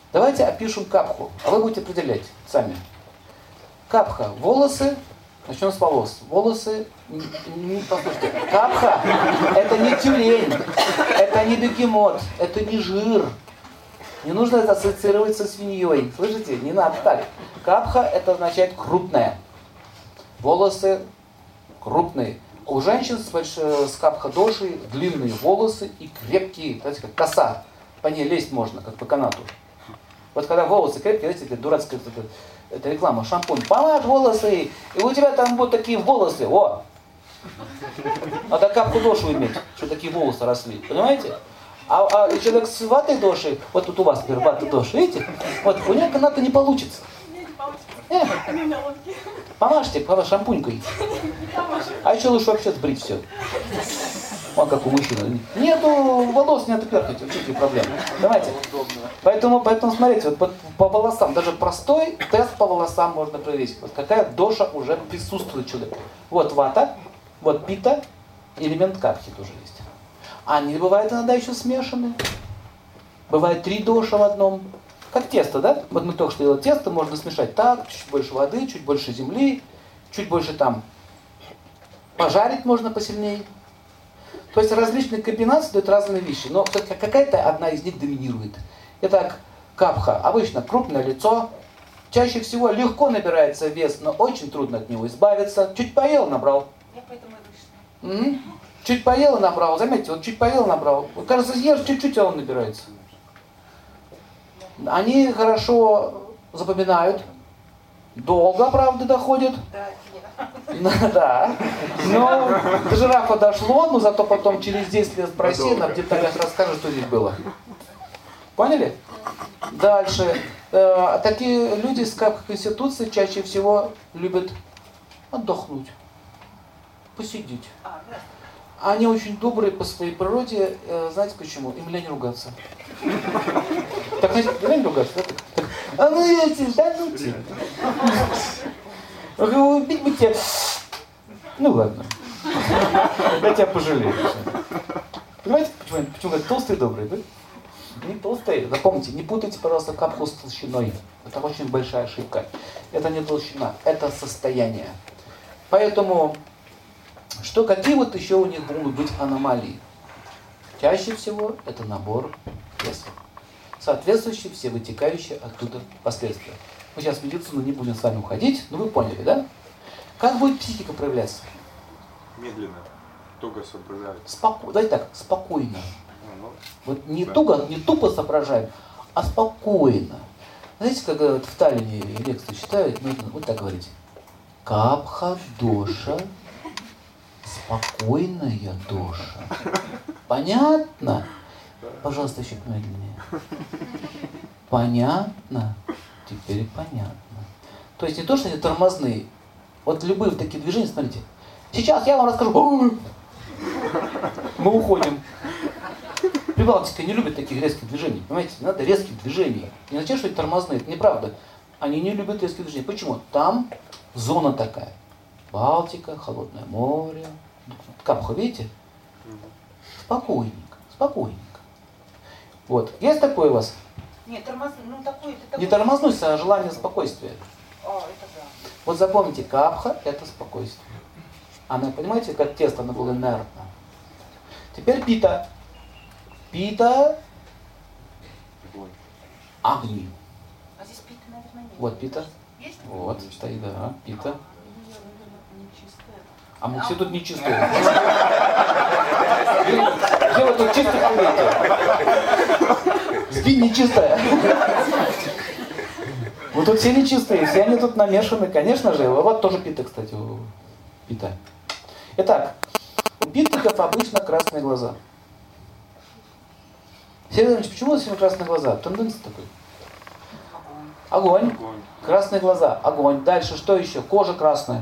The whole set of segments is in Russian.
Давайте опишем капху, а вы будете определять сами. Капха, волосы, начнем с волос. Волосы, послушайте, капха – это не тюлень, это не бегемот, это не жир. Не нужно это ассоциировать со свиньей. Слышите? Не надо так. Капха – это означает крупная. Волосы крупные. У женщин с капха-дошей длинные волосы и крепкие, знаете, как коса. По ней лезть можно, как по канату. Вот когда волосы крепкие, знаете, это дурацкая это реклама, шампунь. Помажь волосы, и у тебя там будут такие волосы. О! Надо капху-дошу иметь, чтобы такие волосы росли. Понимаете? А человек с ватой дошей, вот тут у вас теперь вата доша, видите? Вот у него каната не получится. Помажьте шампунькой. А еще лучше вообще сбрить все. Он как у мужчины. Нету волос, не отперхайте. Вот какие проблемы. Давайте. Поэтому смотрите, вот по волосам, даже простой тест по волосам можно проверить. Вот какая доша уже присутствует у человека. Вот вата, вот пита, элемент капхи тоже есть. Они бывают иногда еще смешаны. Бывает 3 доша в одном. Как тесто, да? Вот мы только что делали тесто, можно смешать так, чуть больше воды, чуть больше земли, чуть больше там пожарить можно посильнее. То есть различные комбинации дают разные вещи, но какая-то одна из них доминирует. Итак, капха. Обычно крупное лицо, чаще всего легко набирается вес, но очень трудно от него избавиться. Чуть поел, набрал. Я поэтому и вышла. Чуть поел и набрал. Заметьте, вот чуть поел и набрал. Вот, кажется, съешь чуть-чуть, а он набирается. Они хорошо запоминают. Долго, правда, доходят. Да. Но до жирафа дошло, но зато потом через 10 лет спроси, она в деталях расскажет, что здесь было. Поняли? Дальше. Такие люди с капха-конституцией чаще всего любят отдохнуть, посидеть. Они очень добрые по своей природе. Знаете почему? Им лень ругаться. Так, знаете, лень ругаться? Да? А ну эти, да ну те. Убить бы тебя. Ну ладно. Я тебя пожалею. Понимаете, почему говорят толстые и добрые, да? Не толстые. Запомните, не путайте, пожалуйста, капху с толщиной. Это очень большая ошибка. Это не толщина, это состояние. Поэтому, какие вот еще у них могут быть аномалии? Чаще всего это набор веса. Соответствующие все вытекающие оттуда последствия. Мы сейчас в медицину не будем с вами уходить, но вы поняли, да? Как будет психика проявляться? Медленно, туго соображаем. Давайте так, спокойно. Вот не тупо соображаем, а спокойно. Знаете, когда вот в Таллине лекции читают, вот так говорите. Капха-доша, спокойная доша. Понятно? Пожалуйста, еще медленнее. Понятно? Теперь понятно. То есть не то, что они тормозные. Вот любые такие движения, смотрите. Сейчас я вам расскажу. Мы уходим. Прибалтика не любят таких резких движений. Понимаете? Не надо резких движений. Не означает, что они тормозные. Это неправда. Они не любят резких движений. Почему? Там зона такая. Балтика, холодное море. Капха, видите? Спокойненько. Спокойненько. Вот. Есть такое у вас? Нет, такой. Не тормознусь, а желание спокойствия. Это да. Вот запомните, капха – это спокойствие. Она, понимаете, как тесто, она была инертна. Теперь пита. Пита – огни. А здесь пита, наверное, нет. Вот пита. Есть? Вот, стоит, да, пита. А мы все тут нечистые. Где вы тут чистых умеете? Сгинь нечистая. Вот тут все нечистые, все они тут намешаны, конечно же. Вот тоже пита, кстати, пита. Итак, у питников обычно красные глаза. Сергей Иванович, почему у вас сегодня красные глаза? Тенденция такой. Огонь. Красные глаза. Огонь. Дальше что еще? Кожа красная.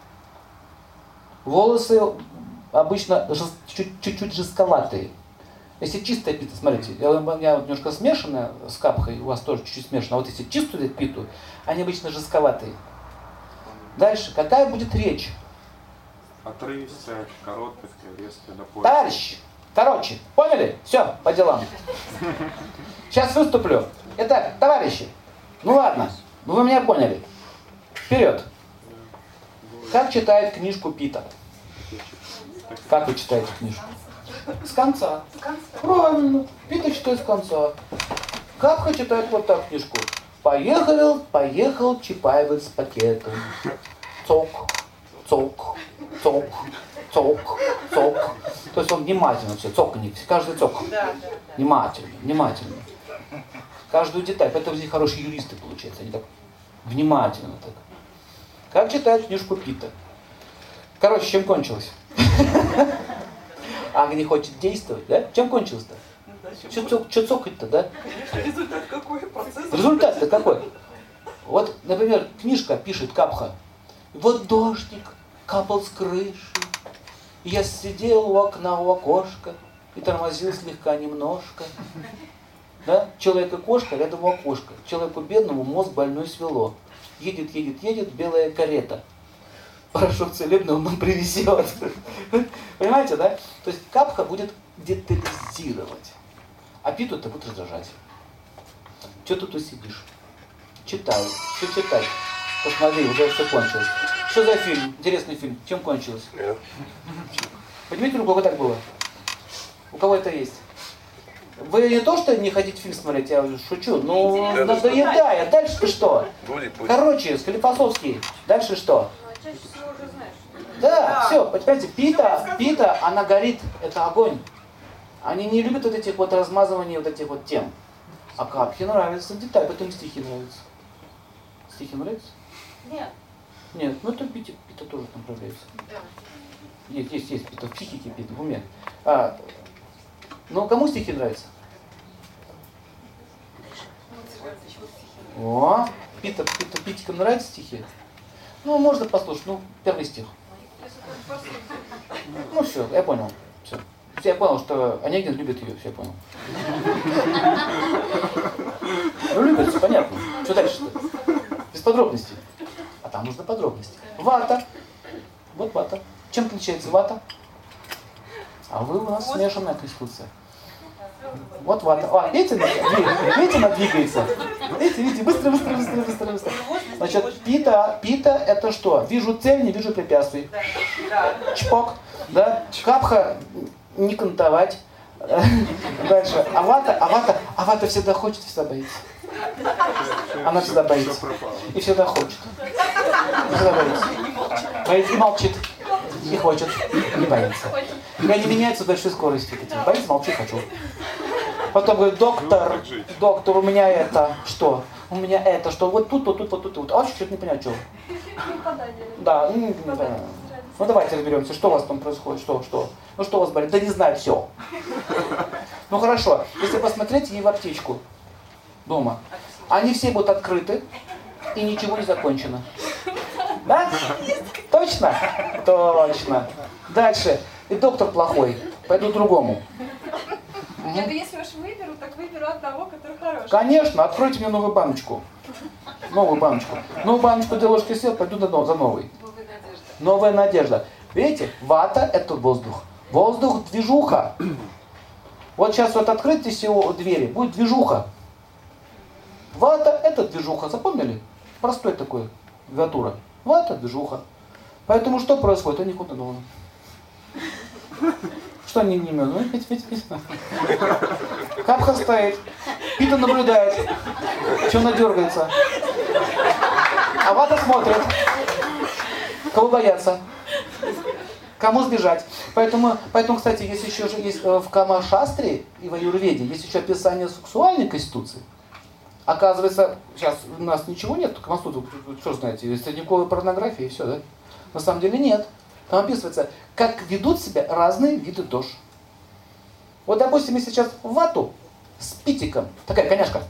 Волосы обычно чуть-чуть жестковатые. Если чистая пита, смотрите, я немножко смешанная с капхой, у вас тоже чуть-чуть смешано. А вот если чистую питу, они обычно жестковатые. Дальше, какая будет речь? Отрывистая, короткая, резкая, напористая. Товарищ, короче, поняли? Все, по делам. Сейчас выступлю. Итак, товарищи, ну ладно, вы меня поняли. Вперед. Как читает книжку Пита? Как вы читаете книжку? С конца. Правильно. Пита читает с конца. Капха читает вот так книжку. Поехал Чапаевец с пакетом. Цок, цок, цок, цок, цок. То есть он внимательно все, цоканье, каждый цок. Внимательно. Каждую деталь. Поэтому здесь хорошие юристы получаются. Они так внимательно так. Как читает книжку Пита? Короче, чем кончилось? Ага, не хочет действовать, да? Чем кончилось-то? Что цокать-то, да? Результат какой? Процесс? Результат-то какой? Вот, например, книжка пишет Капха. Вот дождик капал с крыши. Я сидел у окна, у окошка и тормозил слегка немножко. Да? Человек и кошка рядом у окошка. Человеку бедному мозг больной свело. Едет белая карета. Порошок целебный он нам привезет. Понимаете, да? То есть Капха будет детализировать. А Питу-то будет раздражать. Что ты тут сидишь? Читай. Что читать? Посмотри, уже все кончилось. Что за фильм? Интересный фильм. Чем кончилось? Поднимите руку, как так было? У кого это есть? Вы не то, что не хотите фильм смотреть, я шучу, но надоедает. Дальше-то что? Короче, Склифосовский. Дальше что? Да, все, понимаете, Пита, она горит, это огонь. Они не любят вот этих вот размазываний вот этих вот тем. А Капхе нравится деталь, поэтому стихи нравятся. Стихи нравятся? Нет, ну это Пита тоже там проявляется. Есть Пита, в психике Пита, в уме. Ну, кому стихи нравятся? О, Питикам нравятся стихи? Ну, можно послушать, первый стих. Ну все, я понял. Все. Я понял, что Онегин любит ее, все, я понял. Ну, любит, понятно. Что дальше-то? Без подробностей. А там нужны подробности. Вата. Вот вата. Чем отличается вата? А вы у нас смешанная конституция. Вот вата. Видите, она двигается. Видите, быстро. Значит, пита это что? Вижу цель, не вижу препятствий. Чпок. Да? Капха не кантовать. Дальше. Авата всегда хочет, всегда боится. Она всегда боится. И всегда хочет. Всегда боится. Боится и молчит. И хочет. Не боится. И они меняются с большой скоростью. Боится, молчит, хочу. Потом говорит, доктор, у меня это что? У меня это что? Вот тут. А вообще что-то не понимаю, что. Да, ну давайте разберемся, что у вас там происходит, что? Ну что у вас болит? Да не знаю, все. Ну хорошо, если посмотреть ей в аптечку дома, они все будут открыты и ничего не закончено. Да? Точно? Точно. Дальше. И доктор плохой, пойду к другому. Нет, если уж выберу, так выберу одного, который хороший. Конечно, откройте мне новую баночку. Новую баночку 2 ложки сел, пойду за новой. Новая надежда. Видите, вата это воздух. Воздух движуха. Вот сейчас вот открытие всего двери, будет движуха. Вата это движуха, запомнили? Простой такой клавиатура. Вата движуха. Поэтому что происходит? Они куда дома. Что они не имеют? Пить. Капха стоит. Пита наблюдает. Что она дергается? А вата смотрит. Кого бояться? Кому сбежать? Поэтому, кстати, есть еще есть в Кама-шастре и в Аюрведе есть еще описание сексуальной конституции. Оказывается, сейчас у нас ничего нет, что знаете, средневековая порнография и все, да? На самом деле нет. Там описывается, как ведут себя разные виды ДОЖ. Вот, допустим, если сейчас в вату с питиком, такая коняшка.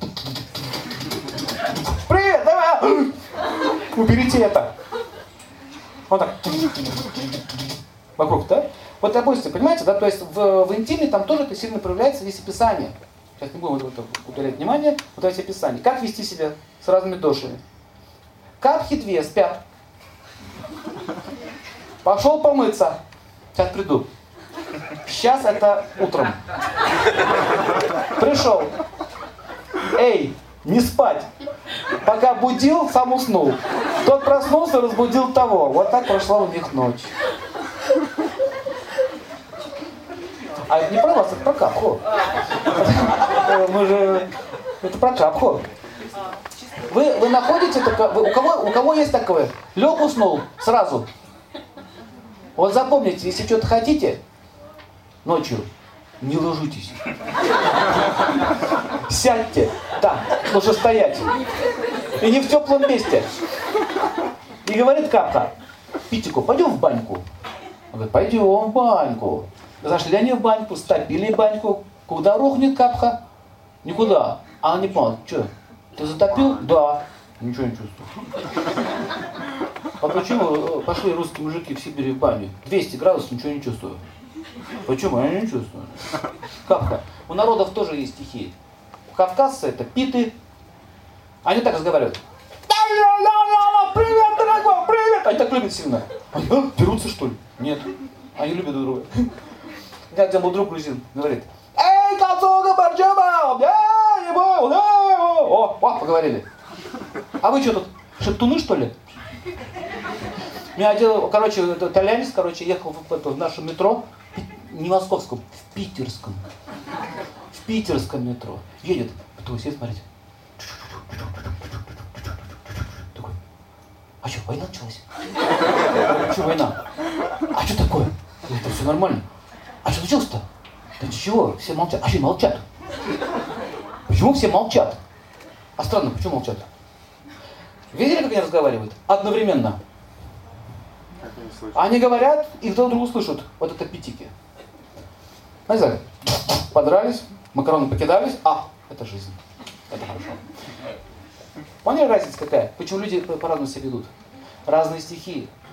Привет, давай! Уберите это. Вот так. Вокруг, да? Вот, допустим, понимаете, да, то есть в интиме там тоже это сильно проявляется, есть описание. Сейчас не будем уделять внимание, вот эти описания. Как вести себя с разными дошами. Капхи 2 спят. Пошел помыться. Сейчас приду. Сейчас это утром. Пришел. Эй, Не спать. Пока будил, сам уснул. Тот проснулся, разбудил того. Вот так прошла у них ночь. А это не про вас, это про Капху. Мы же... Это про Капху. Вы находите такое... У кого есть такое? Лег, уснул сразу. Вот запомните, если что-то хотите ночью, не ложитесь. Сядьте там, лучше стоять. И не в теплом месте. И говорит Капха: Питику, пойдем в баньку? Он говорит: пойдем в баньку. Зашли они в баньку, стопили баньку. Куда рухнет Капха? Никуда. А он не понял: что, ты затопил? Да. Ничего не чувствую. А почему пошли русские мужики в Сибири в баню? 200 градусов, ничего не чувствую. Почему? Я не чувствую. Капха. У народов тоже есть стихии. Кавказцы это питы. Они так разговаривают. Привет, дорогой, привет! Они так любят сильно. Они дерутся, что ли? Нет. Они любят друг друга. У меня один был друг грузин, говорит: эй, кацуга, парчуба! О, поговорили. А вы что тут, шептуны, что ли? У меня один, итальянец, ехал в нашем метро, не московском, в питерском. В питерском метро. Едет, кто сидит, смотрите. Такой: а что, война началась? Что война? А что такое? Это все нормально. А что случилось-то? Да ничего, все молчат. А что молчат? Почему все молчат? А странно, почему молчат? Видели, как они разговаривают? Одновременно. Они говорят и друг друга слышат. Вот это питики. Знаете, подрались, макароны покидались. А, это жизнь. Это хорошо. Поняли, разница какая? Почему люди по-разному себя ведут? Разные стихии.